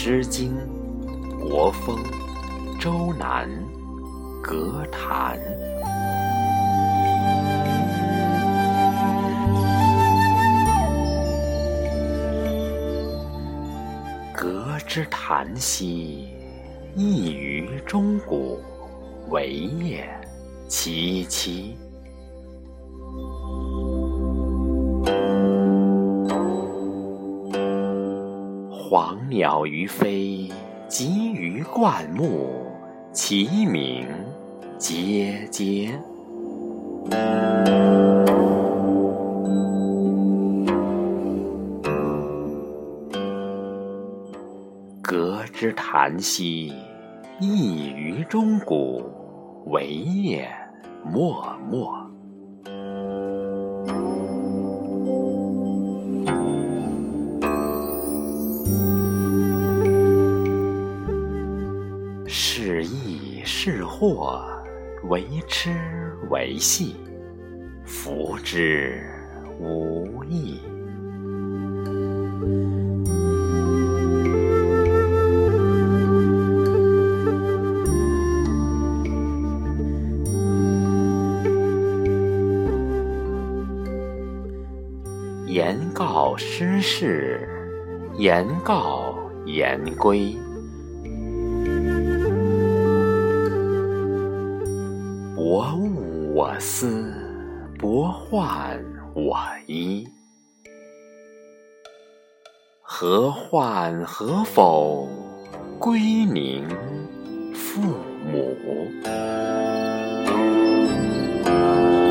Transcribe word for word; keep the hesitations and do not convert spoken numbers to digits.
诗经》国风周南歌坛。革之檀兮，异于钟鼓，惟也凄凄。黄鸟于飞，集于灌木，其鸣喈喈。革之檀兮，异于钟鼓，惟也默默。是益是祸，为痴为戏，弗之无益。言告失事，言告言归。博物我思，博患我医。何患何否，归宁父母。